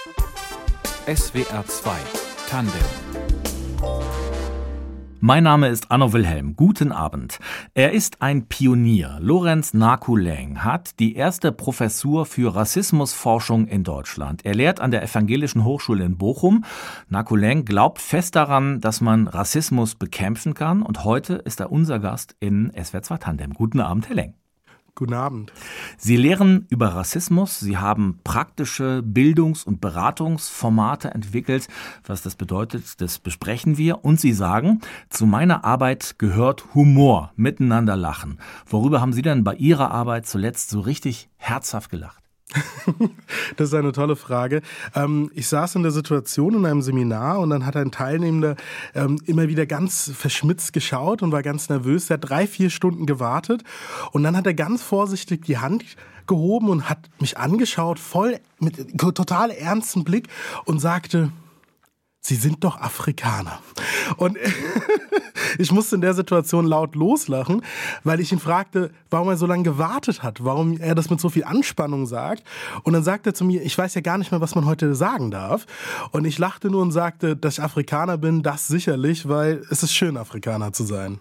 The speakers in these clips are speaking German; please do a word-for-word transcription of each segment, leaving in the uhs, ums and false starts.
S W R zwei Tandem. Mein Name ist Anno Wilhelm. Guten Abend. Er ist ein Pionier. Lorenz Naku-Laeng hat die erste Professur für Rassismusforschung in Deutschland. Er lehrt an der Evangelischen Hochschule in Bochum. Naku-Laeng glaubt fest daran, dass man Rassismus bekämpfen kann. Und heute ist er unser Gast in S W R zwei Tandem. Guten Abend, Herr Laeng. Guten Abend. Sie lehren über Rassismus. Sie haben praktische Bildungs- und Beratungsformate entwickelt. Was das bedeutet, das besprechen wir. Und Sie sagen, zu meiner Arbeit gehört Humor, miteinander lachen. Worüber haben Sie denn bei Ihrer Arbeit zuletzt so richtig herzhaft gelacht? Das ist eine tolle Frage. Ähm, ich saß in der Situation in einem Seminar und dann hat ein Teilnehmender ähm, immer wieder ganz verschmitzt geschaut und war ganz nervös. Er hat drei, vier Stunden gewartet und dann hat er ganz vorsichtig die Hand gehoben und hat mich angeschaut, voll mit total ernstem Blick und sagte: Sie sind doch Afrikaner. Und ich musste in der Situation laut loslachen, weil ich ihn fragte, warum er so lange gewartet hat, warum er das mit so viel Anspannung sagt. Und dann sagte er zu mir, ich weiß ja gar nicht mehr, was man heute sagen darf. Und ich lachte nur und sagte, dass ich Afrikaner bin, das sicherlich, weil es ist schön, Afrikaner zu sein.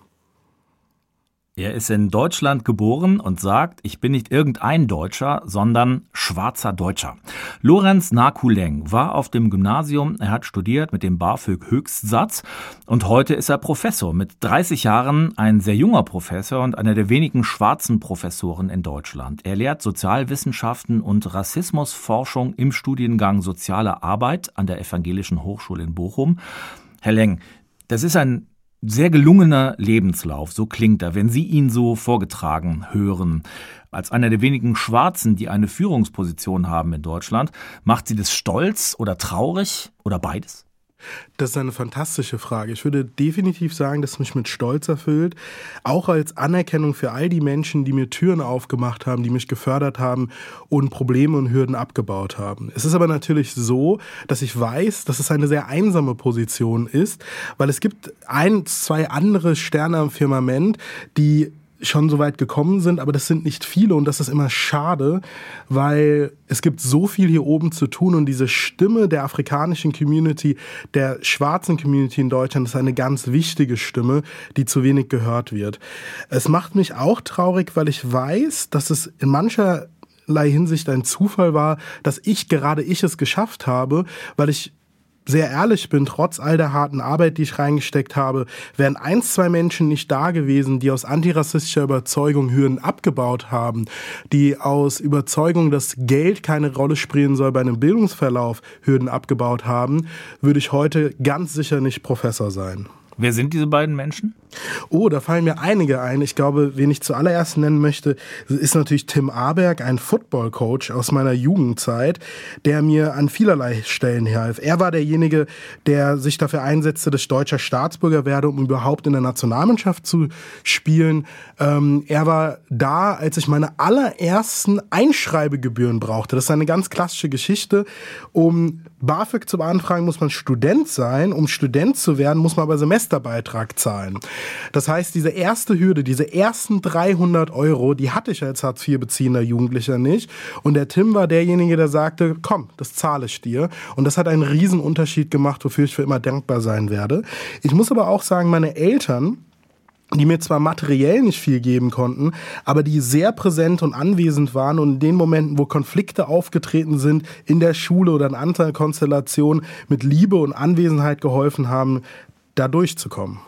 Er ist in Deutschland geboren und sagt, ich bin nicht irgendein Deutscher, sondern schwarzer Deutscher. Lorenz Naku-Laeng war auf dem Gymnasium, er hat studiert mit dem BAföG-Höchstsatz und heute ist er Professor. Mit dreißig Jahren ein sehr junger Professor und einer der wenigen schwarzen Professoren in Deutschland. Er lehrt Sozialwissenschaften und Rassismusforschung im Studiengang Soziale Arbeit an der Evangelischen Hochschule in Bochum. Herr Laeng, das ist ein sehr gelungener Lebenslauf, so klingt er, wenn Sie ihn so vorgetragen hören. Als einer der wenigen Schwarzen, die eine Führungsposition haben in Deutschland, macht Sie das stolz oder traurig oder beides? Das ist eine fantastische Frage. Ich würde definitiv sagen, dass es mich mit Stolz erfüllt, auch als Anerkennung für all die Menschen, die mir Türen aufgemacht haben, die mich gefördert haben und Probleme und Hürden abgebaut haben. Es ist aber natürlich so, dass ich weiß, dass es eine sehr einsame Position ist, weil es gibt ein, zwei andere Sterne am Firmament, die schon so weit gekommen sind, aber das sind nicht viele und das ist immer schade, weil es gibt so viel hier oben zu tun und diese Stimme der afrikanischen Community, der schwarzen Community in Deutschland ist eine ganz wichtige Stimme, die zu wenig gehört wird. Es macht mich auch traurig, weil ich weiß, dass es in mancherlei Hinsicht ein Zufall war, dass ich gerade ich es geschafft habe, weil ich sehr ehrlich bin, trotz all der harten Arbeit, die ich reingesteckt habe, wären ein, zwei Menschen nicht da gewesen, die aus antirassistischer Überzeugung Hürden abgebaut haben, die aus Überzeugung, dass Geld keine Rolle spielen soll bei einem Bildungsverlauf, Hürden abgebaut haben, würde ich heute ganz sicher nicht Professor sein. Wer sind diese beiden Menschen? Oh, da fallen mir einige ein. Ich glaube, wen ich zuallererst nennen möchte, ist natürlich Tim Aberg, ein Football-Coach aus meiner Jugendzeit, der mir an vielerlei Stellen half. Er war derjenige, der sich dafür einsetzte, dass ich deutscher Staatsbürger werde, um überhaupt in der Nationalmannschaft zu spielen. Ähm, er war da, als ich meine allerersten Einschreibegebühren brauchte. Das ist eine ganz klassische Geschichte. Um BAföG zu beantragen, muss man Student sein. Um Student zu werden, muss man aber Semesterbeitrag zahlen. Das heißt, diese erste Hürde, diese ersten dreihundert Euro, die hatte ich als Hartz vier beziehender Jugendlicher nicht. Und der Tim war derjenige, der sagte, komm, das zahle ich dir. Und das hat einen riesen Unterschied gemacht, wofür ich für immer dankbar sein werde. Ich muss aber auch sagen, meine Eltern, die mir zwar materiell nicht viel geben konnten, aber die sehr präsent und anwesend waren und in den Momenten, wo Konflikte aufgetreten sind, in der Schule oder in anderen Konstellationen, mit Liebe und Anwesenheit geholfen haben, da durchzukommen.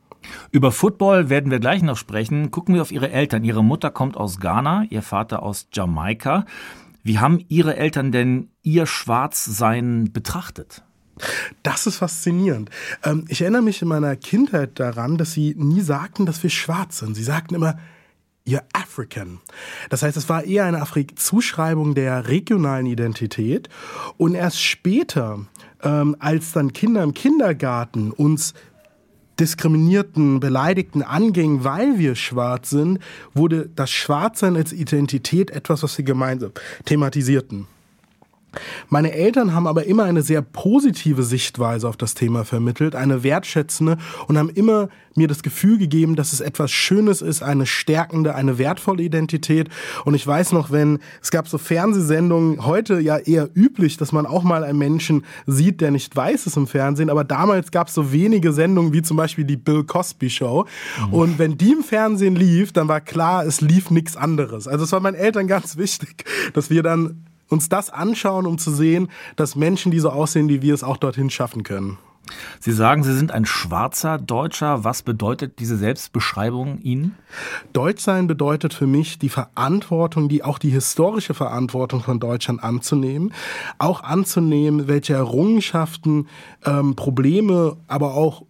Über Football werden wir gleich noch sprechen. Gucken wir auf Ihre Eltern. Ihre Mutter kommt aus Ghana, Ihr Vater aus Jamaika. Wie haben Ihre Eltern denn Ihr Schwarzsein betrachtet? Das ist faszinierend. Ähm, ich erinnere mich in meiner Kindheit daran, dass sie nie sagten, dass wir schwarz sind. Sie sagten immer, you're African. Das heißt, es war eher eine Afri- Zuschreibung der regionalen Identität. Und erst später, ähm, als dann Kinder im Kindergarten uns diskriminierten, beleidigten angingen, weil wir schwarz sind, wurde das Schwarzsein als Identität etwas, was sie gemeinsam thematisierten. Meine Eltern haben aber immer eine sehr positive Sichtweise auf das Thema vermittelt, eine wertschätzende, und haben immer mir das Gefühl gegeben, dass es etwas Schönes ist, eine stärkende, eine wertvolle Identität. Und ich weiß noch, wenn, es gab so Fernsehsendungen, heute ja eher üblich, dass man auch mal einen Menschen sieht, der nicht weiß ist im Fernsehen, aber damals gab es so wenige Sendungen, wie zum Beispiel die Bill Cosby Show. Mhm. Und wenn die im Fernsehen lief, dann war klar, es lief nichts anderes. Also es war meinen Eltern ganz wichtig, dass wir dann uns das anschauen, um zu sehen, dass Menschen, die so aussehen wie wir, es auch dorthin schaffen können. Sie sagen, Sie sind ein schwarzer Deutscher. Was bedeutet diese Selbstbeschreibung Ihnen? Deutschsein bedeutet für mich die Verantwortung, die auch die historische Verantwortung von Deutschland anzunehmen. Auch anzunehmen, welche Errungenschaften, ähm, Probleme, aber auch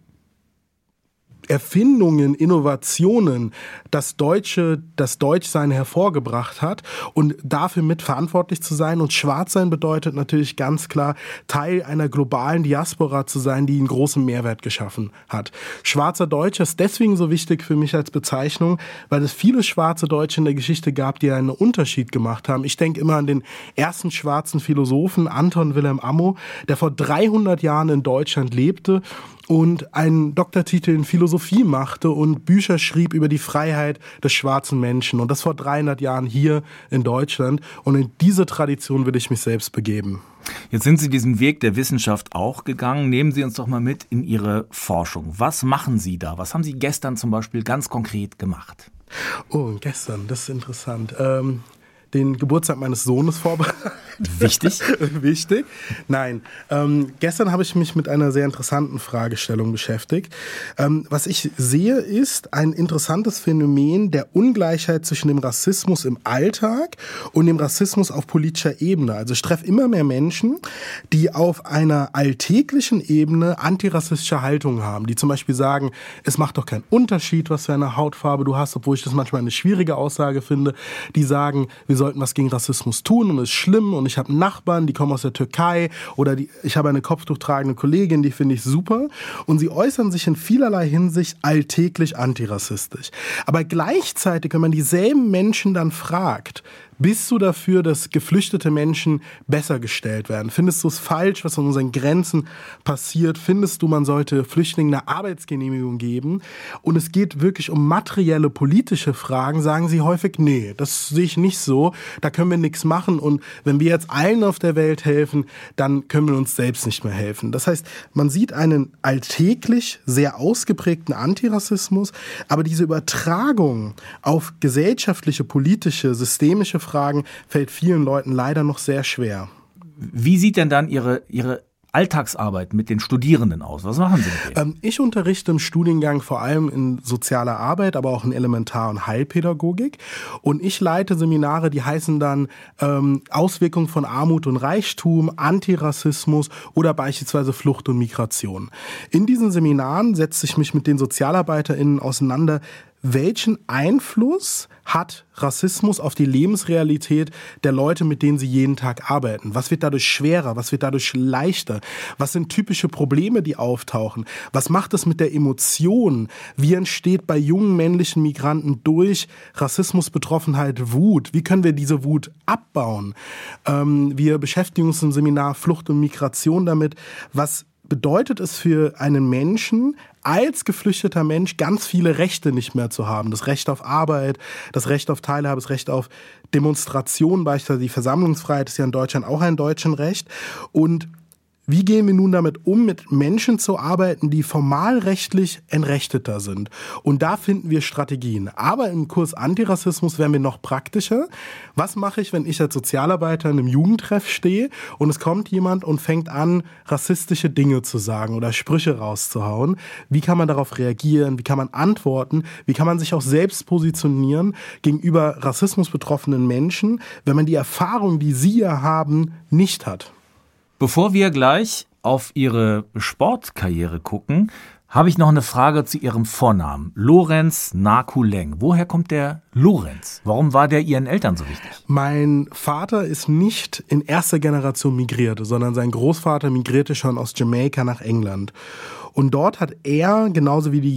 Erfindungen, Innovationen das Deutsche, das Deutschsein hervorgebracht hat und dafür mitverantwortlich zu sein. Und Schwarzsein bedeutet natürlich ganz klar, Teil einer globalen Diaspora zu sein, die einen großen Mehrwert geschaffen hat. Schwarzer Deutscher ist deswegen so wichtig für mich als Bezeichnung, weil es viele schwarze Deutsche in der Geschichte gab, die einen Unterschied gemacht haben. Ich denke immer an den ersten schwarzen Philosophen Anton Wilhelm Ammo, der vor dreihundert Jahren in Deutschland lebte und einen Doktortitel in Philosophie machte und Bücher schrieb über die Freiheit des schwarzen Menschen. Und das vor dreihundert Jahren hier in Deutschland. Und in diese Tradition will ich mich selbst begeben. Jetzt sind Sie diesen Weg der Wissenschaft auch gegangen. Nehmen Sie uns doch mal mit in Ihre Forschung. Was machen Sie da? Was haben Sie gestern zum Beispiel ganz konkret gemacht? Oh, gestern, das ist interessant. Ähm den Geburtstag meines Sohnes vorbereitet. Wichtig? Wichtig. Nein, ähm, gestern habe ich mich mit einer sehr interessanten Fragestellung beschäftigt. Ähm, was ich sehe, ist ein interessantes Phänomen der Ungleichheit zwischen dem Rassismus im Alltag und dem Rassismus auf politischer Ebene. Also ich treffe immer mehr Menschen, die auf einer alltäglichen Ebene antirassistische Haltung haben, die zum Beispiel sagen, es macht doch keinen Unterschied, was für eine Hautfarbe du hast, obwohl ich das manchmal eine schwierige Aussage finde. Die sagen, wir sollten was gegen Rassismus tun und es ist schlimm und ich habe Nachbarn, die kommen aus der Türkei oder die, ich habe eine kopftuchtragende Kollegin, die finde ich super, und sie äußern sich in vielerlei Hinsicht alltäglich antirassistisch. Aber gleichzeitig, wenn man dieselben Menschen dann fragt, bist du dafür, dass geflüchtete Menschen besser gestellt werden? Findest du es falsch, was an unseren Grenzen passiert? Findest du, man sollte Flüchtlingen eine Arbeitsgenehmigung geben? Und es geht wirklich um materielle, politische Fragen, sagen sie häufig, nee, das sehe ich nicht so, da können wir nichts machen. Und wenn wir jetzt allen auf der Welt helfen, dann können wir uns selbst nicht mehr helfen. Das heißt, man sieht einen alltäglich sehr ausgeprägten Antirassismus, aber diese Übertragung auf gesellschaftliche, politische, systemische Fragen Fragen fällt vielen Leuten leider noch sehr schwer. Wie sieht denn dann Ihre, Ihre Alltagsarbeit mit den Studierenden aus? Was machen Sie mit denen? Ähm, ich unterrichte im Studiengang vor allem in sozialer Arbeit, aber auch in Elementar- und Heilpädagogik. Und ich leite Seminare, die heißen dann ähm, Auswirkungen von Armut und Reichtum, Antirassismus oder beispielsweise Flucht und Migration. In diesen Seminaren setze ich mich mit den SozialarbeiterInnen auseinander, welchen Einfluss hat Rassismus auf die Lebensrealität der Leute, mit denen sie jeden Tag arbeiten? Was wird dadurch schwerer? Was wird dadurch leichter? Was sind typische Probleme, die auftauchen? Was macht es mit der Emotion? Wie entsteht bei jungen männlichen Migranten durch Rassismusbetroffenheit Wut? Wie können wir diese Wut abbauen? Ähm, wir beschäftigen uns im Seminar Flucht und Migration damit, was bedeutet es für einen Menschen, als geflüchteter Mensch ganz viele Rechte nicht mehr zu haben. Das Recht auf Arbeit, das Recht auf Teilhabe, das Recht auf Demonstration, beispielsweise die Versammlungsfreiheit ist ja in Deutschland auch ein deutschen Recht. Und wie gehen wir nun damit um, mit Menschen zu arbeiten, die formalrechtlich entrechteter sind? Und da finden wir Strategien. Aber im Kurs Antirassismus werden wir noch praktischer. Was mache ich, wenn ich als Sozialarbeiter in einem Jugendtreff stehe und es kommt jemand und fängt an, rassistische Dinge zu sagen oder Sprüche rauszuhauen? Wie kann man darauf reagieren? Wie kann man antworten? Wie kann man sich auch selbst positionieren gegenüber rassismusbetroffenen Menschen, wenn man die Erfahrung, die sie ja haben, nicht hat? Bevor wir gleich auf Ihre Sportkarriere gucken, habe ich noch eine Frage zu Ihrem Vornamen. Lorenz Naku-Leng. Woher kommt der Lorenz? Warum war der Ihren Eltern so wichtig? Mein Vater ist nicht in erster Generation migriert, sondern sein Großvater migrierte schon aus Jamaika nach England. Und dort hat er, genauso wie die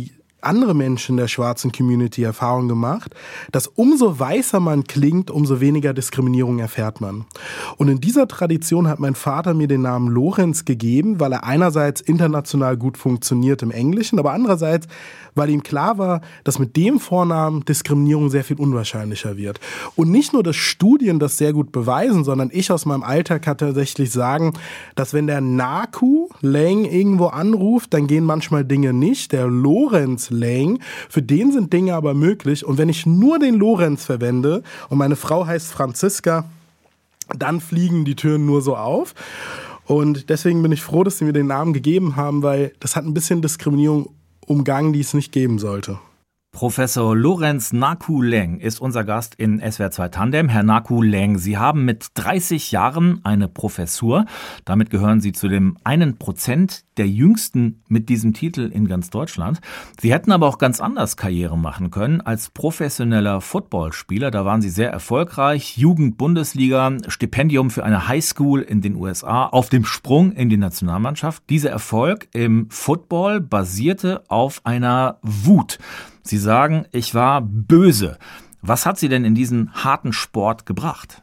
andere Menschen der schwarzen Community Erfahrung gemacht, dass umso weißer man klingt, umso weniger Diskriminierung erfährt man. Und in dieser Tradition hat mein Vater mir den Namen Lorenz gegeben, weil er einerseits international gut funktioniert im Englischen, aber andererseits, weil ihm klar war, dass mit dem Vornamen Diskriminierung sehr viel unwahrscheinlicher wird. Und nicht nur, dass Studien das sehr gut beweisen, sondern ich aus meinem Alltag kann tatsächlich sagen, dass wenn der Naku Lang irgendwo anruft, dann gehen manchmal Dinge nicht. Der Lorenz Lang, für den sind Dinge aber möglich. Und wenn ich nur den Lorenz verwende und meine Frau heißt Franziska, dann fliegen die Türen nur so auf. Und deswegen bin ich froh, dass sie mir den Namen gegeben haben, weil das hat ein bisschen Diskriminierung umgangen, die es nicht geben sollte. Professor Lorenz Naku Lang ist unser Gast in S W R zwei Tandem. Herr Naku Lang, Sie haben mit dreißig Jahren eine Professur. Damit gehören Sie zu dem einen Prozent der Jüngsten mit diesem Titel in ganz Deutschland. Sie hätten aber auch ganz anders Karriere machen können als professioneller Footballspieler. Da waren Sie sehr erfolgreich. Jugend-Bundesliga, Stipendium für eine Highschool in den U S A, auf dem Sprung in die Nationalmannschaft. Dieser Erfolg im Football basierte auf einer Wut. Sie sagen, ich war böse. Was hat Sie denn in diesen harten Sport gebracht?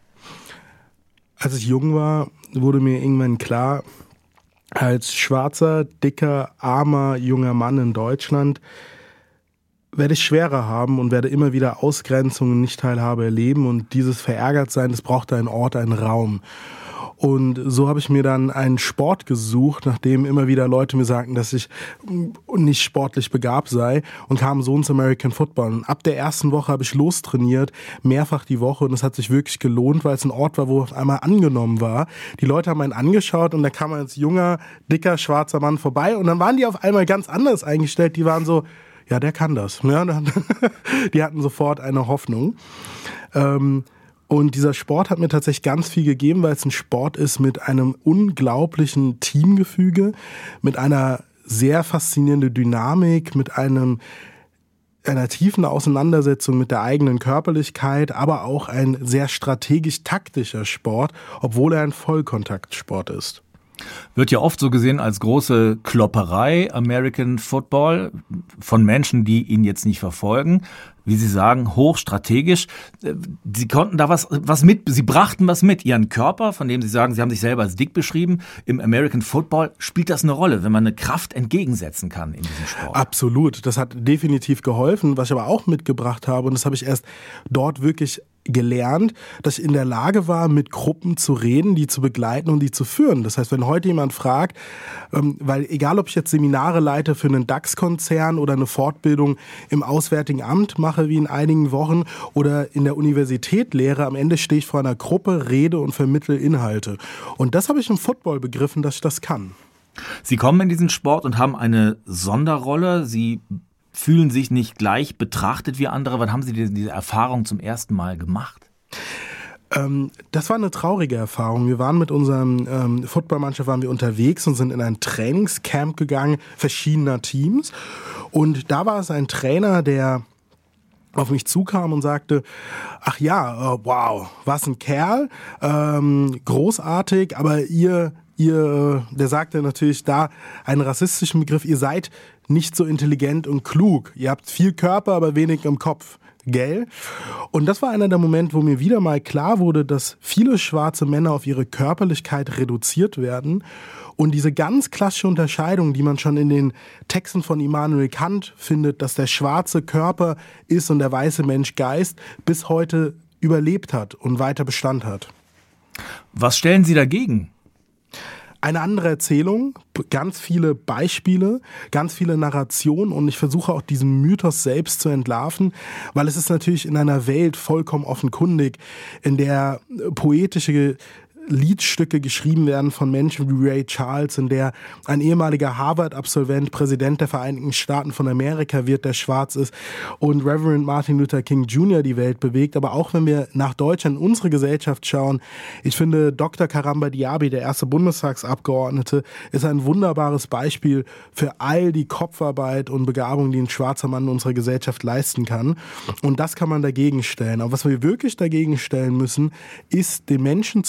Als ich jung war, wurde mir irgendwann klar, als schwarzer, dicker, armer, junger Mann in Deutschland werde ich schwerer haben und werde immer wieder Ausgrenzungen, Nicht-Teilhabe erleben. Und dieses Verärgertsein, das braucht einen Ort, einen Raum. Und so habe ich mir dann einen Sport gesucht, nachdem immer wieder Leute mir sagten, dass ich nicht sportlich begabt sei, und kam so ins American Football. Und ab der ersten Woche habe ich lostrainiert, mehrfach die Woche, und es hat sich wirklich gelohnt, weil es ein Ort war, wo auf einmal angenommen war. Die Leute haben einen angeschaut und da kam ein junger, dicker, schwarzer Mann vorbei und dann waren die auf einmal ganz anders eingestellt. Die waren so, ja, der kann das. Ja, die hatten sofort eine Hoffnung. Ähm, Und dieser Sport hat mir tatsächlich ganz viel gegeben, weil es ein Sport ist mit einem unglaublichen Teamgefüge, mit einer sehr faszinierenden Dynamik, mit einem, einer tiefen Auseinandersetzung mit der eigenen Körperlichkeit, aber auch ein sehr strategisch-taktischer Sport, obwohl er ein Vollkontaktsport ist. Wird ja oft so gesehen als große Klopperei, American Football, von Menschen, die ihn jetzt nicht verfolgen. Wie Sie sagen, hochstrategisch. Sie konnten da was, was mit, Sie brachten was mit. Ihren Körper, von dem Sie sagen, Sie haben sich selber als dick beschrieben. Im American Football spielt das eine Rolle, wenn man eine Kraft entgegensetzen kann in diesem Sport. Absolut. Das hat definitiv geholfen. Was ich aber auch mitgebracht habe, und das habe ich erst dort wirklich gelernt, dass ich in der Lage war, mit Gruppen zu reden, die zu begleiten und die zu führen. Das heißt, wenn heute jemand fragt, ähm, weil egal ob ich jetzt Seminare leite für einen DAX-Konzern oder eine Fortbildung im Auswärtigen Amt mache wie in einigen Wochen oder in der Universität lehre, am Ende stehe ich vor einer Gruppe, rede und vermittle Inhalte. Und das habe ich im Football begriffen, dass ich das kann. Sie kommen in diesen Sport und haben eine Sonderrolle. Sie fühlen sich nicht gleich betrachtet wie andere. Wann haben Sie diese Erfahrung zum ersten Mal gemacht? Ähm, das war eine traurige Erfahrung. Wir waren mit unserem ähm, Footballmannschaft waren wir unterwegs und sind in ein Trainingscamp gegangen, verschiedener Teams. Und da war es ein Trainer, der auf mich zukam und sagte, ach ja, oh, wow, was ein Kerl, ähm, großartig, aber ihr, ihr, der sagte natürlich da einen rassistischen Begriff, ihr seid nicht so intelligent und klug. Ihr habt viel Körper, aber wenig im Kopf. Gell? Und das war einer der Momente, wo mir wieder mal klar wurde, dass viele schwarze Männer auf ihre Körperlichkeit reduziert werden. Und diese ganz klassische Unterscheidung, die man schon in den Texten von Immanuel Kant findet, dass der schwarze Körper ist und der weiße Mensch Geist, bis heute überlebt hat und weiter Bestand hat. Was stellen Sie dagegen? Eine andere Erzählung, ganz viele Beispiele, ganz viele Narrationen, und ich versuche auch diesen Mythos selbst zu entlarven, weil es ist natürlich in einer Welt vollkommen offenkundig, in der poetische Liedstücke geschrieben werden von Menschen wie Ray Charles, in der ein ehemaliger Harvard-Absolvent Präsident der Vereinigten Staaten von Amerika wird, der schwarz ist, und Reverend Martin Luther King Junior die Welt bewegt. Aber auch wenn wir nach Deutschland, in unsere Gesellschaft schauen, ich finde, Doktor Karamba Diaby, der erste Bundestagsabgeordnete, ist ein wunderbares Beispiel für all die Kopfarbeit und Begabung, die ein schwarzer Mann in unserer Gesellschaft leisten kann. Und das kann man dagegen stellen. Aber was wir wirklich dagegen stellen müssen, ist, den Menschen zu helfen,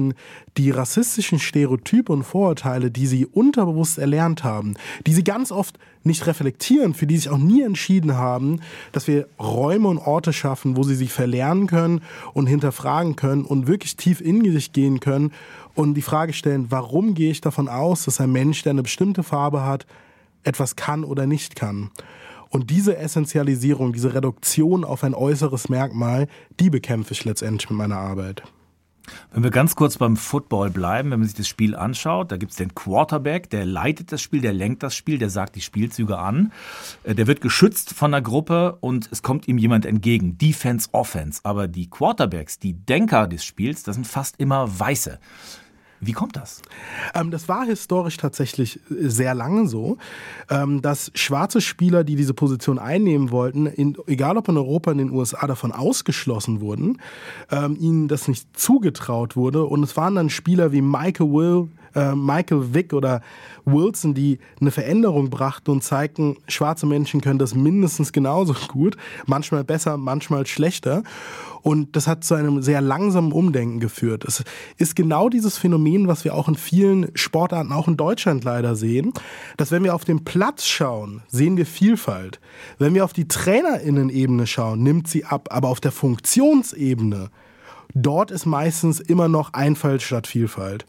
Menschen die rassistischen Stereotype und Vorurteile, die sie unterbewusst erlernt haben, die sie ganz oft nicht reflektieren, für die sich auch nie entschieden haben, dass wir Räume und Orte schaffen, wo sie sich verlernen können und hinterfragen können und wirklich tief in sich gehen können und die Frage stellen, warum gehe ich davon aus, dass ein Mensch, der eine bestimmte Farbe hat, etwas kann oder nicht kann. Und diese Essentialisierung, diese Reduktion auf ein äußeres Merkmal, die bekämpfe ich letztendlich mit meiner Arbeit. Wenn wir ganz kurz beim Football bleiben, wenn man sich das Spiel anschaut, da gibt es den Quarterback, der leitet das Spiel, der lenkt das Spiel, der sagt die Spielzüge an. Der wird geschützt von der Gruppe und es kommt ihm jemand entgegen. Defense, Offense. Aber die Quarterbacks, die Denker des Spiels, das sind fast immer Weiße. Wie kommt das? Ähm, das war historisch tatsächlich sehr lange so, ähm, dass schwarze Spieler, die diese Position einnehmen wollten, in, egal ob in Europa, in den U S A, davon ausgeschlossen wurden, ähm, ihnen das nicht zugetraut wurde. Und es waren dann Spieler wie Michael Will, äh, Michael Vick oder Wilson, die eine Veränderung brachten und zeigten, schwarze Menschen können das mindestens genauso gut, manchmal besser, manchmal schlechter. Und das hat zu einem sehr langsamen Umdenken geführt. Es ist genau dieses Phänomen, was wir auch in vielen Sportarten, auch in Deutschland leider sehen, dass wenn wir auf den Platz schauen, sehen wir Vielfalt. Wenn wir auf die TrainerInnen-Ebene schauen, nimmt sie ab. Aber auf der Funktionsebene, dort ist meistens immer noch Einfalt statt Vielfalt.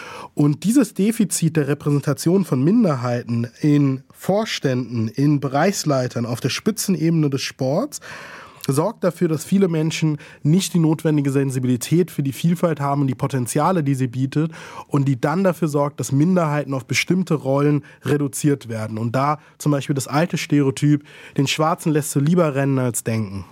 Und dieses Defizit der Repräsentation von Minderheiten in Vorständen, in Bereichsleitern, auf der Spitzenebene des Sports, sorgt dafür, dass viele Menschen nicht die notwendige Sensibilität für die Vielfalt haben und die Potenziale, die sie bietet, und die dann dafür sorgt, dass Minderheiten auf bestimmte Rollen reduziert werden. Und da zum Beispiel das alte Stereotyp, den Schwarzen lässt du lieber rennen als denken.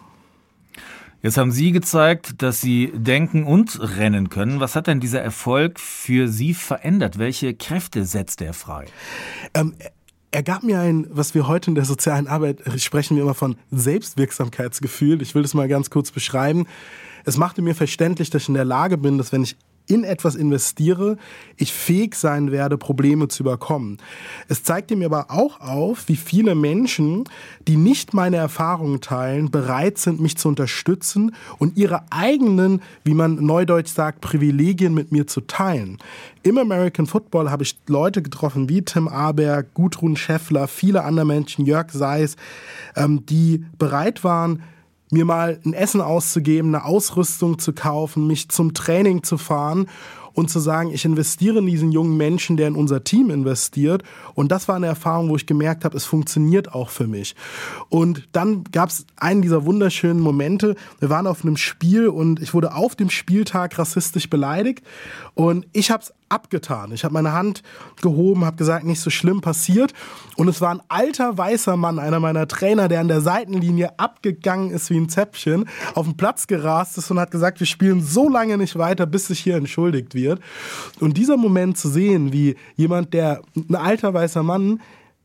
Jetzt haben Sie gezeigt, dass Sie denken und rennen können. Was hat denn dieser Erfolg für Sie verändert? Welche Kräfte setzt er frei? Ähm, Er gab mir ein, was wir heute in der sozialen Arbeit sprechen, wir immer von Selbstwirksamkeitsgefühl. Ich will das mal ganz kurz beschreiben. Es machte mir verständlich, dass ich in der Lage bin, dass wenn ich in etwas investiere, ich fähig sein werde, Probleme zu überkommen. Es zeigte mir aber auch auf, wie viele Menschen, die nicht meine Erfahrungen teilen, bereit sind, mich zu unterstützen und ihre eigenen, wie man neudeutsch sagt, Privilegien mit mir zu teilen. Im American Football habe ich Leute getroffen wie Tim Aberg, Gudrun Scheffler, viele andere Menschen, Jörg Seis, ähm, die bereit waren, mir mal ein Essen auszugeben, eine Ausrüstung zu kaufen, mich zum Training zu fahren und zu sagen, ich investiere in diesen jungen Menschen, der in unser Team investiert. Und das war eine Erfahrung, wo ich gemerkt habe, es funktioniert auch für mich. Und dann gab es einen dieser wunderschönen Momente. Wir waren auf einem Spiel und ich wurde auf dem Spieltag rassistisch beleidigt. Und ich habe es abgetan. Ich habe meine Hand gehoben, habe gesagt, nicht so schlimm, passiert. Und es war ein alter, weißer Mann, einer meiner Trainer, der an der Seitenlinie abgegangen ist wie ein Zäpfchen, auf den Platz gerast ist und hat gesagt, wir spielen so lange nicht weiter, bis sich hier entschuldigt wird. Und dieser Moment zu sehen, wie jemand, der, ein alter, weißer Mann,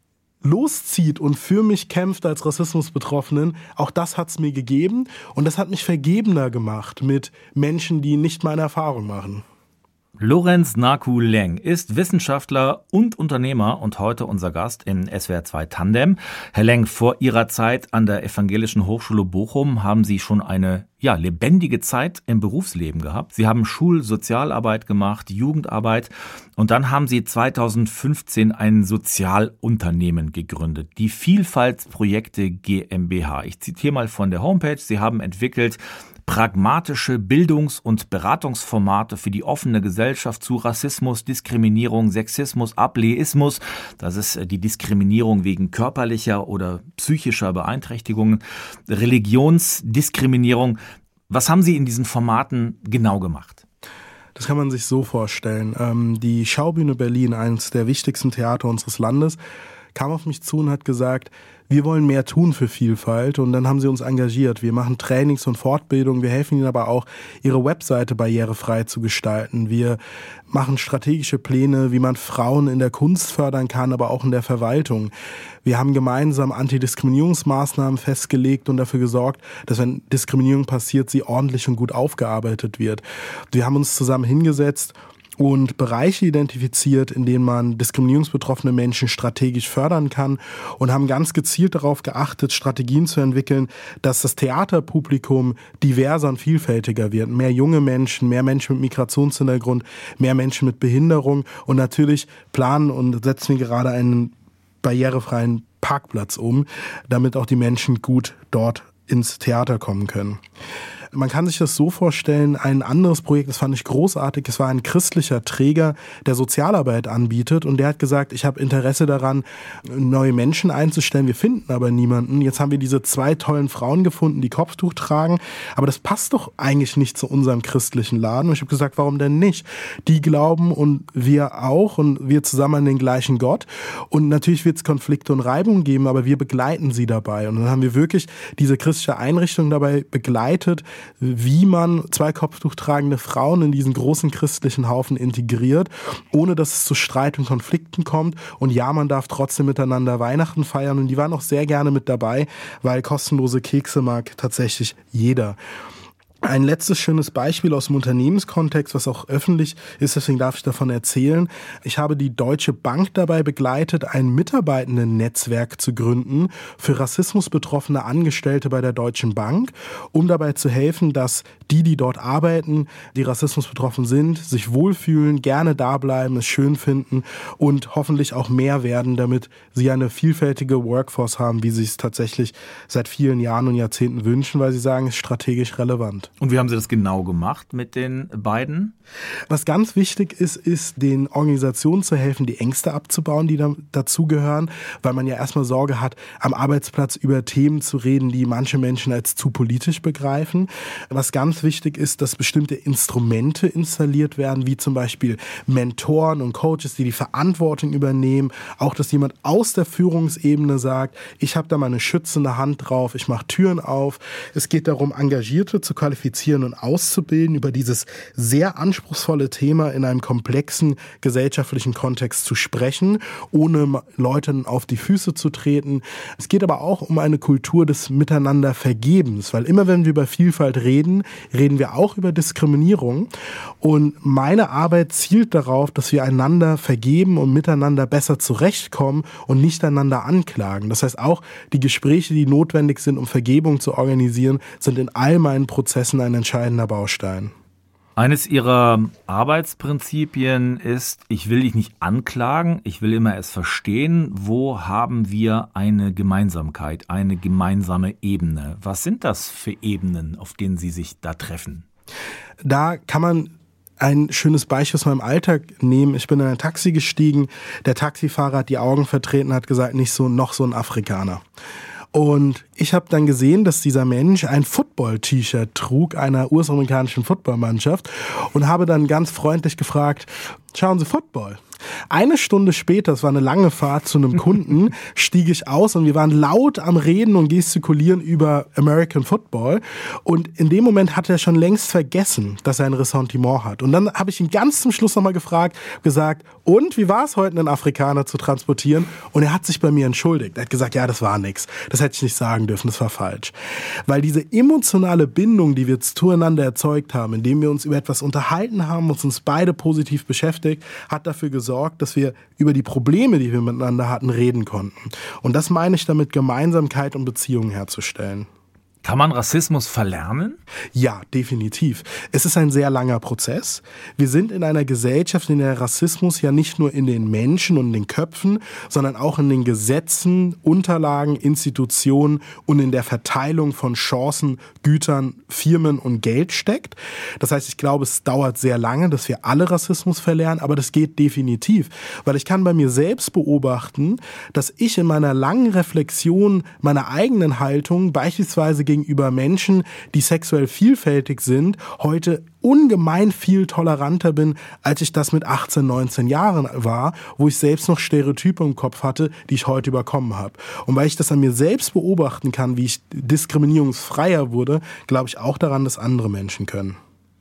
loszieht und für mich kämpft als Rassismusbetroffenen, auch das hat es mir gegeben. Und das hat mich vergebener gemacht mit Menschen, die nicht meine Erfahrung machen. Lorenz Naku-Leng ist Wissenschaftler und Unternehmer und heute unser Gast im S W R zwei Tandem. Herr Leng, vor Ihrer Zeit an der Evangelischen Hochschule Bochum haben Sie schon eine ja, lebendige Zeit im Berufsleben gehabt. Sie haben Schulsozialarbeit gemacht, Jugendarbeit und dann haben Sie zweitausendfünfzehn ein Sozialunternehmen gegründet, die Vielfaltsprojekte GmbH. Ich zitiere mal von der Homepage. Sie haben entwickelt pragmatische Bildungs- und Beratungsformate für die offene Gesellschaft zu Rassismus, Diskriminierung, Sexismus, Ableismus. Das ist die Diskriminierung wegen körperlicher oder psychischer Beeinträchtigungen, Religionsdiskriminierung. Was haben Sie in diesen Formaten genau gemacht? Das kann man sich so vorstellen. Ähm, die Schaubühne Berlin, eines der wichtigsten Theater unseres Landes, kam auf mich zu und hat gesagt, wir wollen mehr tun für Vielfalt, und dann haben sie uns engagiert. Wir machen Trainings und Fortbildung, wir helfen ihnen aber auch, ihre Webseite barrierefrei zu gestalten. Wir machen strategische Pläne, wie man Frauen in der Kunst fördern kann, aber auch in der Verwaltung. Wir haben gemeinsam Antidiskriminierungsmaßnahmen festgelegt und dafür gesorgt, dass wenn Diskriminierung passiert, sie ordentlich und gut aufgearbeitet wird. Wir haben uns zusammen hingesetzt und Bereiche identifiziert, in denen man diskriminierungsbetroffene Menschen strategisch fördern kann und haben ganz gezielt darauf geachtet, Strategien zu entwickeln, dass das Theaterpublikum diverser und vielfältiger wird. Mehr junge Menschen, mehr Menschen mit Migrationshintergrund, mehr Menschen mit Behinderung und natürlich planen und setzen wir gerade einen barrierefreien Parkplatz um, damit auch die Menschen gut dort ins Theater kommen können. Man kann sich das so vorstellen, ein anderes Projekt, das fand ich großartig, es war ein christlicher Träger, der Sozialarbeit anbietet und der hat gesagt, ich habe Interesse daran, neue Menschen einzustellen, wir finden aber niemanden. Jetzt haben wir diese zwei tollen Frauen gefunden, die Kopftuch tragen, aber das passt doch eigentlich nicht zu unserem christlichen Laden. Und ich habe gesagt, warum denn nicht? Die glauben und wir auch und wir zusammen an den gleichen Gott und natürlich wird es Konflikte und Reibungen geben, aber wir begleiten sie dabei und dann haben wir wirklich diese christliche Einrichtung dabei begleitet, wie man zwei Kopftuch tragende Frauen in diesen großen christlichen Haufen integriert, ohne dass es zu Streit und Konflikten kommt. Und ja, man darf trotzdem miteinander Weihnachten feiern. Und die waren auch sehr gerne mit dabei, weil kostenlose Kekse mag tatsächlich jeder. Ein letztes schönes Beispiel aus dem Unternehmenskontext, was auch öffentlich ist, deswegen darf ich davon erzählen. Ich habe die Deutsche Bank dabei begleitet, ein Mitarbeitendennetzwerk zu gründen für rassismusbetroffene Angestellte bei der Deutschen Bank, um dabei zu helfen, dass die, die dort arbeiten, die rassismusbetroffen sind, sich wohlfühlen, gerne da bleiben, es schön finden und hoffentlich auch mehr werden, damit sie eine vielfältige Workforce haben, wie sie es tatsächlich seit vielen Jahren und Jahrzehnten wünschen, weil sie sagen, es ist strategisch relevant. Und wie haben Sie das genau gemacht mit den beiden? Was ganz wichtig ist, ist, den Organisationen zu helfen, die Ängste abzubauen, die da, dazugehören, weil man ja erstmal Sorge hat, am Arbeitsplatz über Themen zu reden, die manche Menschen als zu politisch begreifen. Was ganz wichtig ist, dass bestimmte Instrumente installiert werden, wie zum Beispiel Mentoren und Coaches, die die Verantwortung übernehmen. Auch, dass jemand aus der Führungsebene sagt, ich habe da mal eine schützende Hand drauf, ich mache Türen auf. Es geht darum, Engagierte zu qualifizieren und auszubilden, über dieses sehr anspruchsvolle Thema in einem komplexen gesellschaftlichen Kontext zu sprechen, ohne Leuten auf die Füße zu treten. Es geht aber auch um eine Kultur des Miteinander-Vergebens, weil immer wenn wir über Vielfalt reden, reden wir auch über Diskriminierung. Und meine Arbeit zielt darauf, dass wir einander vergeben und miteinander besser zurechtkommen und nicht einander anklagen. Das heißt, auch die Gespräche, die notwendig sind, um Vergebung zu organisieren, sind in all meinen Prozessen ein entscheidender Baustein. Eines Ihrer Arbeitsprinzipien ist, ich will dich nicht anklagen, ich will immer es verstehen. Wo haben wir eine Gemeinsamkeit, eine gemeinsame Ebene? Was sind das für Ebenen, auf denen Sie sich da treffen? Da kann man ein schönes Beispiel aus meinem Alltag nehmen. Ich bin in ein Taxi gestiegen, der Taxifahrer hat die Augen vertreten, hat gesagt, nicht so noch so ein Afrikaner. Und ich habe dann gesehen, dass dieser Mensch ein Football-T-Shirt trug, einer US-amerikanischen Footballmannschaft, und habe dann ganz freundlich gefragt, schauen Sie Football? Eine Stunde später, es war eine lange Fahrt zu einem Kunden, stieg ich aus und wir waren laut am Reden und gestikulieren über American Football. Und in dem Moment hat er schon längst vergessen, dass er ein Ressentiment hat. Und dann habe ich ihn ganz zum Schluss nochmal gefragt, gesagt, und wie war es heute, einen Afrikaner zu transportieren? Und er hat sich bei mir entschuldigt. Er hat gesagt, ja, das war nix. Das hätte ich nicht sagen dürfen, das war falsch. Weil diese emotionale Bindung, die wir zueinander erzeugt haben, indem wir uns über etwas unterhalten haben, was uns beide positiv beschäftigt, hat dafür gesorgt, dass wir über die Probleme, die wir miteinander hatten, reden konnten. Und das meine ich damit, Gemeinsamkeit und Beziehungen herzustellen. Kann man Rassismus verlernen? Ja, definitiv. Es ist ein sehr langer Prozess. Wir sind in einer Gesellschaft, in der Rassismus ja nicht nur in den Menschen und den Köpfen, sondern auch in den Gesetzen, Unterlagen, Institutionen und in der Verteilung von Chancen, Gütern, Firmen und Geld steckt. Das heißt, ich glaube, es dauert sehr lange, dass wir alle Rassismus verlernen, aber das geht definitiv. Weil ich kann bei mir selbst beobachten, dass ich in meiner langen Reflexion meiner eigenen Haltung, beispielsweise gegenüber Menschen, die sexuell vielfältig sind, heute ungemein viel toleranter bin, als ich das mit achtzehn, neunzehn Jahren war, wo ich selbst noch Stereotype im Kopf hatte, die ich heute überkommen habe. Und weil ich das an mir selbst beobachten kann, wie ich diskriminierungsfreier wurde, glaube ich auch daran, dass andere Menschen können.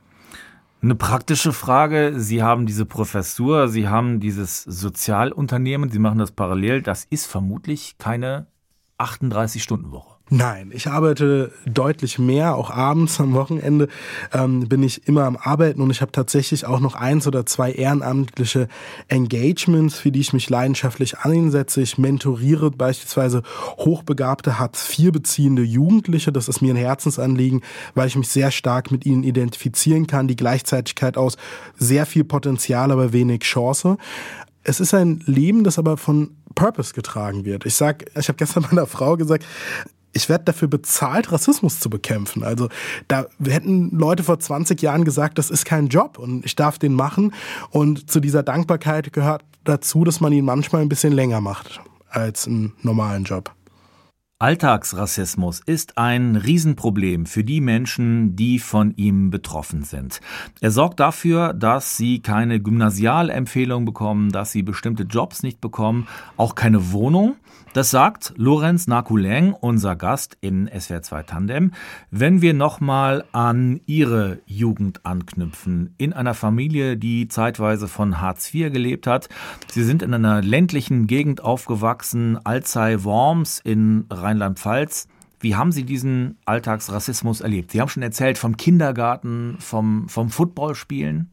Eine praktische Frage. Sie haben diese Professur, Sie haben dieses Sozialunternehmen, Sie machen das parallel. Das ist vermutlich keine achtunddreißig Stunden Woche. Nein, ich arbeite deutlich mehr, auch abends am Wochenende ähm, bin ich immer am Arbeiten und ich habe tatsächlich auch noch eins oder zwei ehrenamtliche Engagements, für die ich mich leidenschaftlich einsetze. Ich mentoriere beispielsweise hochbegabte Hartz vier beziehende Jugendliche. Das ist mir ein Herzensanliegen, weil ich mich sehr stark mit ihnen identifizieren kann. Die Gleichzeitigkeit aus sehr viel Potenzial, aber wenig Chance. Es ist ein Leben, das aber von Purpose getragen wird. Ich sag, ich habe gestern meiner Frau gesagt, ich werde dafür bezahlt, Rassismus zu bekämpfen. Also da hätten Leute vor zwanzig Jahren gesagt, das ist kein Job und ich darf den machen. Und zu dieser Dankbarkeit gehört dazu, dass man ihn manchmal ein bisschen länger macht als einen normalen Job. Alltagsrassismus ist ein Riesenproblem für die Menschen, die von ihm betroffen sind. Er sorgt dafür, dass sie keine Gymnasialempfehlung bekommen, dass sie bestimmte Jobs nicht bekommen, auch keine Wohnung. Das sagt Lorenz Naku-Leng, unser Gast in S W R zwei Tandem. Wenn wir nochmal an Ihre Jugend anknüpfen, in einer Familie, die zeitweise von Hartz vier gelebt hat. Sie sind in einer ländlichen Gegend aufgewachsen, Alzey-Worms in Rheinland-Pfalz. Wie haben Sie diesen Alltagsrassismus erlebt? Sie haben schon erzählt vom Kindergarten, vom, vom Footballspielen.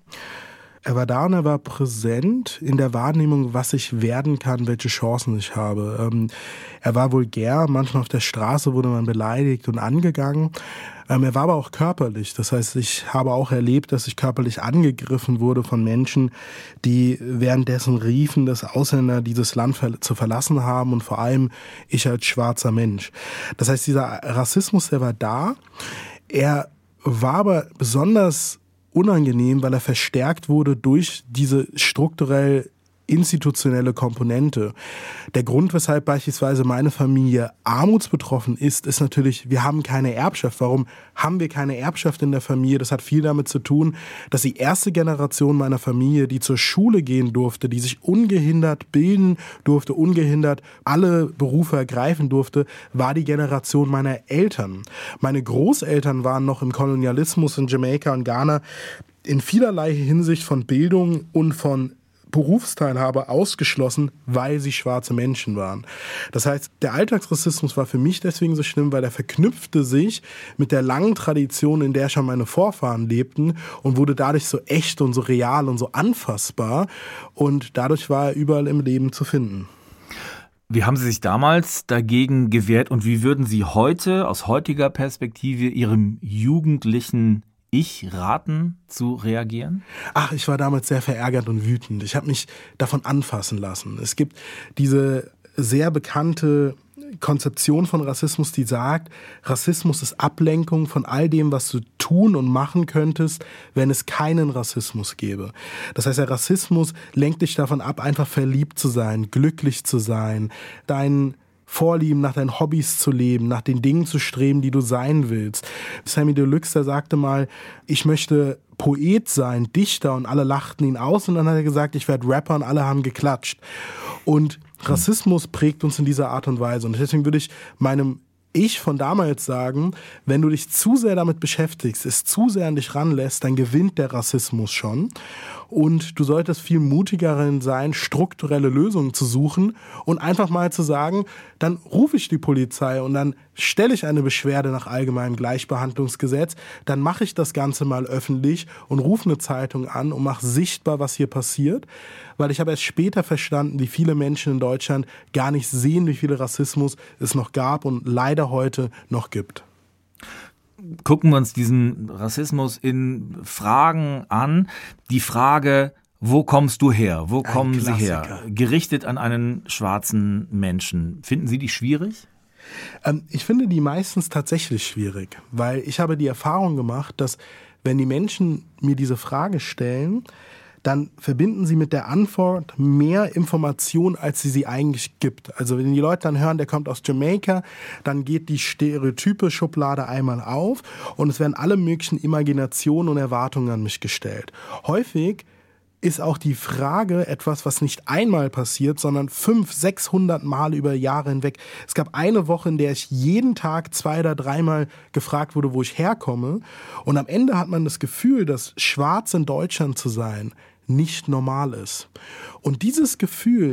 Er war da und er war präsent in der Wahrnehmung, was ich werden kann, welche Chancen ich habe. Ähm, er war vulgär, manchmal auf der Straße wurde man beleidigt und angegangen. Ähm, er war aber auch körperlich. Das heißt, ich habe auch erlebt, dass ich körperlich angegriffen wurde von Menschen, die währenddessen riefen, dass Ausländer dieses Land ver- zu verlassen haben und vor allem ich als schwarzer Mensch. Das heißt, dieser Rassismus, der war da. Er war aber besonders unangenehm, weil er verstärkt wurde durch diese strukturell institutionelle Komponente. Der Grund, weshalb beispielsweise meine Familie armutsbetroffen ist, ist natürlich, wir haben keine Erbschaft. Warum haben wir keine Erbschaft in der Familie? Das hat viel damit zu tun, dass die erste Generation meiner Familie, die zur Schule gehen durfte, die sich ungehindert bilden durfte, ungehindert alle Berufe ergreifen durfte, war die Generation meiner Eltern. Meine Großeltern waren noch im Kolonialismus in Jamaika und Ghana in vielerlei Hinsicht von Bildung und von Berufsteilhabe ausgeschlossen, weil sie schwarze Menschen waren. Das heißt, der Alltagsrassismus war für mich deswegen so schlimm, weil er verknüpfte sich mit der langen Tradition, in der schon meine Vorfahren lebten und wurde dadurch so echt und so real und so anfassbar und dadurch war er überall im Leben zu finden. Wie haben Sie sich damals dagegen gewehrt und wie würden Sie heute aus heutiger Perspektive Ihrem jugendlichen Ich raten, zu reagieren? Ach, ich war damals sehr verärgert und wütend. Ich habe mich davon anfassen lassen. Es gibt diese sehr bekannte Konzeption von Rassismus, die sagt, Rassismus ist Ablenkung von all dem, was du tun und machen könntest, wenn es keinen Rassismus gäbe. Das heißt, der Rassismus lenkt dich davon ab, einfach verliebt zu sein, glücklich zu sein, deinen Vorlieben, nach deinen Hobbys zu leben, nach den Dingen zu streben, die du sein willst. Sammy Deluxe, der sagte mal, ich möchte Poet sein, Dichter und alle lachten ihn aus und dann hat er gesagt, ich werde Rapper und alle haben geklatscht. Und Rassismus prägt uns in dieser Art und Weise und deswegen würde ich meinem Ich von damals sagen, wenn du dich zu sehr damit beschäftigst, es zu sehr an dich ranlässt, dann gewinnt der Rassismus schon. Und du solltest viel mutiger darin sein, strukturelle Lösungen zu suchen und einfach mal zu sagen, dann rufe ich die Polizei und dann stelle ich eine Beschwerde nach allgemeinem Gleichbehandlungsgesetz, dann mache ich das Ganze mal öffentlich und rufe eine Zeitung an und mache sichtbar, was hier passiert. Weil ich habe erst später verstanden, wie viele Menschen in Deutschland gar nicht sehen, wie viel Rassismus es noch gab und leider heute noch gibt. Gucken wir uns diesen Rassismus in Fragen an. Die Frage, wo kommst du her? Wo Ein kommen Klassiker. Sie her? Gerichtet an einen schwarzen Menschen. Finden Sie die schwierig? Ähm, ich finde die meistens tatsächlich schwierig, weil ich habe die Erfahrung gemacht, dass wenn die Menschen mir diese Frage stellen, dann verbinden sie mit der Antwort mehr Information, als sie sie eigentlich gibt. Also wenn die Leute dann hören, der kommt aus Jamaika, dann geht die stereotype Schublade einmal auf und es werden alle möglichen Imaginationen und Erwartungen an mich gestellt. Häufig ist auch die Frage etwas, was nicht einmal passiert, sondern fünf, sechshundert Mal über Jahre hinweg. Es gab eine Woche, in der ich jeden Tag zwei oder dreimal gefragt wurde, wo ich herkomme. Und am Ende hat man das Gefühl, dass schwarz in Deutschland zu sein nicht normal ist. Und dieses Gefühl,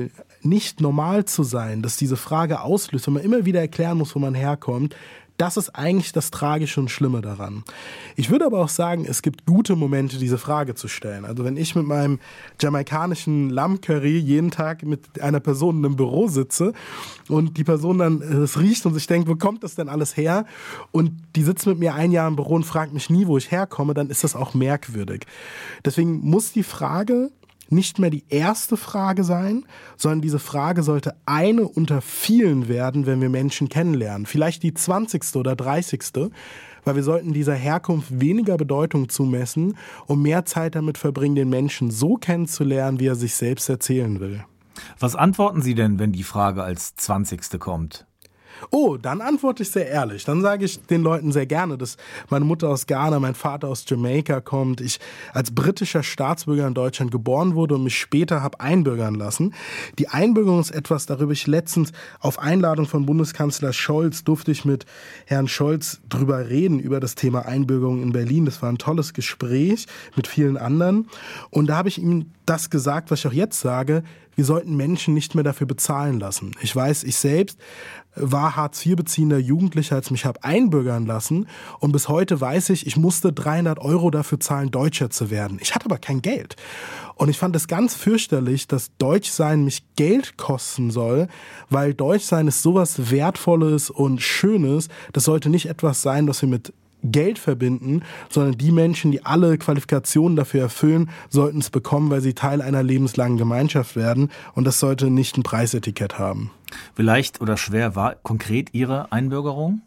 nicht normal zu sein, dass diese Frage auslöst, wenn man immer wieder erklären muss, wo man herkommt, das ist eigentlich das Tragische und Schlimme daran. Ich würde aber auch sagen, es gibt gute Momente, diese Frage zu stellen. Also wenn ich mit meinem jamaikanischen Lammcurry jeden Tag mit einer Person in einem Büro sitze und die Person dann es riecht und sich denkt, wo kommt das denn alles her? Und die sitzt mit mir ein Jahr im Büro und fragt mich nie, wo ich herkomme, dann ist das auch merkwürdig. Deswegen muss die Frage nicht mehr die erste Frage sein, sondern diese Frage sollte eine unter vielen werden, wenn wir Menschen kennenlernen. Vielleicht die zwanzigste oder dreißigste, weil wir sollten dieser Herkunft weniger Bedeutung zumessen und mehr Zeit damit verbringen, den Menschen so kennenzulernen, wie er sich selbst erzählen will. Was antworten Sie denn, wenn die Frage als zwanzigste kommt? Oh, dann antworte ich sehr ehrlich. Dann sage ich den Leuten sehr gerne, dass meine Mutter aus Ghana, mein Vater aus Jamaika kommt, ich als britischer Staatsbürger in Deutschland geboren wurde und mich später habe einbürgern lassen. Die Einbürgerung ist etwas, darüber ich letztens auf Einladung von Bundeskanzler Scholz durfte ich mit Herrn Scholz drüber reden, über das Thema Einbürgerung in Berlin. Das war ein tolles Gespräch mit vielen anderen. Und da habe ich ihm das gesagt, was ich auch jetzt sage: Wir sollten Menschen nicht mehr dafür bezahlen lassen. Ich weiß, ich selbst war Hartz vier beziehender Jugendlicher, als mich habe einbürgern lassen. Und bis heute weiß ich, ich musste dreihundert Euro dafür zahlen, Deutscher zu werden. Ich hatte aber kein Geld. Und ich fand es ganz fürchterlich, dass Deutschsein mich Geld kosten soll, weil Deutschsein ist sowas Wertvolles und Schönes. Das sollte nicht etwas sein, das wir mit Geld verbinden, sondern die Menschen, die alle Qualifikationen dafür erfüllen, sollten es bekommen, weil sie Teil einer lebenslangen Gemeinschaft werden. Und das sollte nicht ein Preisetikett haben. Wie leicht oder schwer war konkret Ihre Einbürgerung?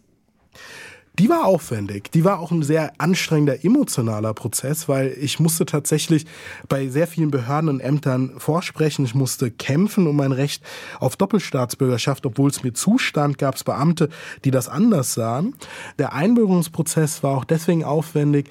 Die war aufwendig. Die war auch ein sehr anstrengender emotionaler Prozess, weil ich musste tatsächlich bei sehr vielen Behörden und Ämtern vorsprechen. Ich musste kämpfen um mein Recht auf Doppelstaatsbürgerschaft. Obwohl es mir zustand, gab es Beamte, die das anders sahen. Der Einbürgerungsprozess war auch deswegen aufwendig,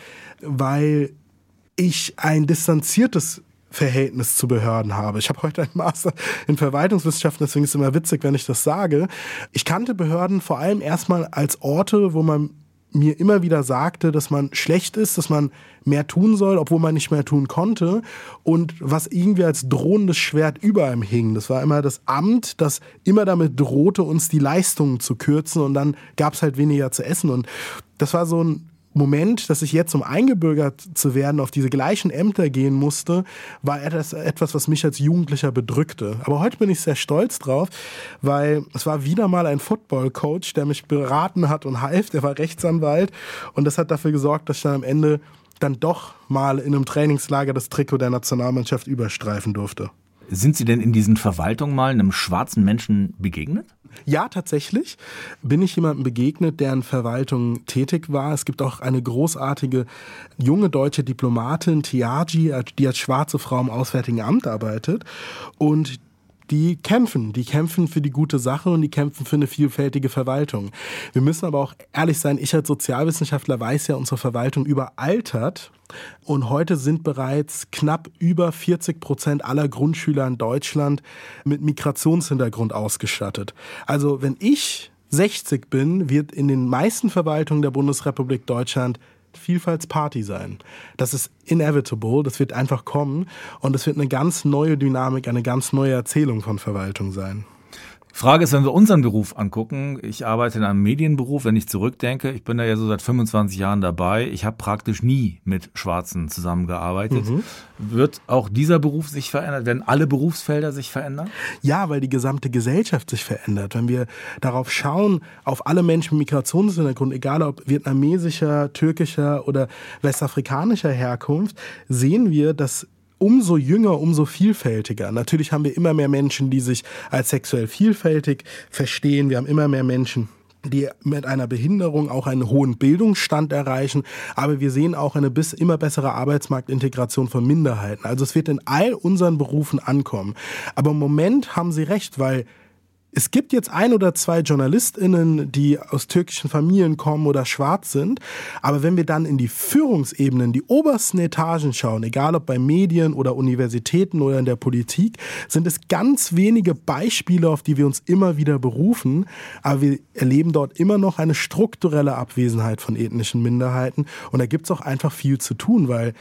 weil ich ein distanziertes Verhältnis zu Behörden habe. Ich habe heute einen Master in Verwaltungswissenschaften, deswegen ist es immer witzig, wenn ich das sage. Ich kannte Behörden vor allem erstmal als Orte, wo man mir immer wieder sagte, dass man schlecht ist, dass man mehr tun soll, obwohl man nicht mehr tun konnte, und was irgendwie als drohendes Schwert über einem hing. Das war immer das Amt, das immer damit drohte, uns die Leistungen zu kürzen, und dann gab es halt weniger zu essen. Und das war so ein Moment, dass ich jetzt, um eingebürgert zu werden, auf diese gleichen Ämter gehen musste, war etwas, was mich als Jugendlicher bedrückte. Aber heute bin ich sehr stolz drauf, weil es war wieder mal ein Football-Coach, der mich beraten hat und half. Der war Rechtsanwalt, und das hat dafür gesorgt, dass ich dann am Ende dann doch mal in einem Trainingslager das Trikot der Nationalmannschaft überstreifen durfte. Sind Sie denn in diesen Verwaltungen mal einem schwarzen Menschen begegnet? Ja, tatsächlich bin ich jemandem begegnet, der in Verwaltung tätig war. Es gibt auch eine großartige junge deutsche Diplomatin, Tiagi, die als schwarze Frau im Auswärtigen Amt arbeitet. Und die kämpfen, die kämpfen für die gute Sache und die kämpfen für eine vielfältige Verwaltung. Wir müssen aber auch ehrlich sein, ich als Sozialwissenschaftler weiß ja, unsere Verwaltung überaltert. Und heute sind bereits knapp über vierzig Prozent aller Grundschüler in Deutschland mit Migrationshintergrund ausgestattet. Also wenn ich sechzig bin, wird in den meisten Verwaltungen der Bundesrepublik Deutschland Vielfaltsparty sein. Das ist inevitable, das wird einfach kommen, und es wird eine ganz neue Dynamik, eine ganz neue Erzählung von Verwaltung sein. Frage ist, wenn wir unseren Beruf angucken, ich arbeite in einem Medienberuf, wenn ich zurückdenke, ich bin da ja so seit fünfundzwanzig Jahren dabei, ich habe praktisch nie mit Schwarzen zusammengearbeitet. Mhm. Wird auch dieser Beruf sich verändern? Werden alle Berufsfelder sich verändern? Ja, weil die gesamte Gesellschaft sich verändert. Wenn wir darauf schauen, auf alle Menschen mit Migrationshintergrund, egal ob vietnamesischer, türkischer oder westafrikanischer Herkunft, sehen wir, dass umso jünger, umso vielfältiger. Natürlich haben wir immer mehr Menschen, die sich als sexuell vielfältig verstehen. Wir haben immer mehr Menschen, die mit einer Behinderung auch einen hohen Bildungsstand erreichen. Aber wir sehen auch eine bis immer bessere Arbeitsmarktintegration von Minderheiten. Also es wird in all unseren Berufen ankommen. Aber im Moment haben Sie recht, weil es gibt jetzt ein oder zwei JournalistInnen, die aus türkischen Familien kommen oder schwarz sind. Aber wenn wir dann in die Führungsebenen, die obersten Etagen schauen, egal ob bei Medien oder Universitäten oder in der Politik, sind es ganz wenige Beispiele, auf die wir uns immer wieder berufen. Aber wir erleben dort immer noch eine strukturelle Abwesenheit von ethnischen Minderheiten. Und da gibt es auch einfach viel zu tun, weil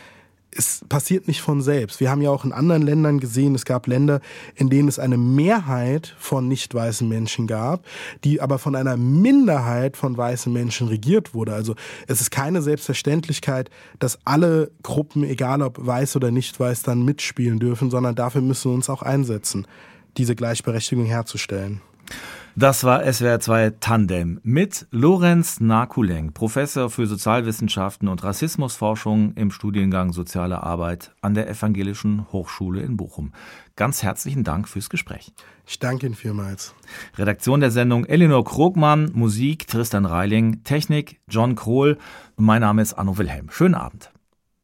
es passiert nicht von selbst. Wir haben ja auch in anderen Ländern gesehen, es gab Länder, in denen es eine Mehrheit von nicht weißen Menschen gab, die aber von einer Minderheit von weißen Menschen regiert wurde. Also es ist keine Selbstverständlichkeit, dass alle Gruppen, egal ob weiß oder nicht weiß, dann mitspielen dürfen, sondern dafür müssen wir uns auch einsetzen, diese Gleichberechtigung herzustellen. Das war S W R zwei Tandem mit Lorenz Nakuleng, Professor für Sozialwissenschaften und Rassismusforschung im Studiengang Soziale Arbeit an der Evangelischen Hochschule in Bochum. Ganz herzlichen Dank fürs Gespräch. Ich danke Ihnen vielmals. Redaktion der Sendung Elinor Krogmann, Musik Tristan Reiling, Technik John Krohl und mein Name ist Arno Wilhelm. Schönen Abend.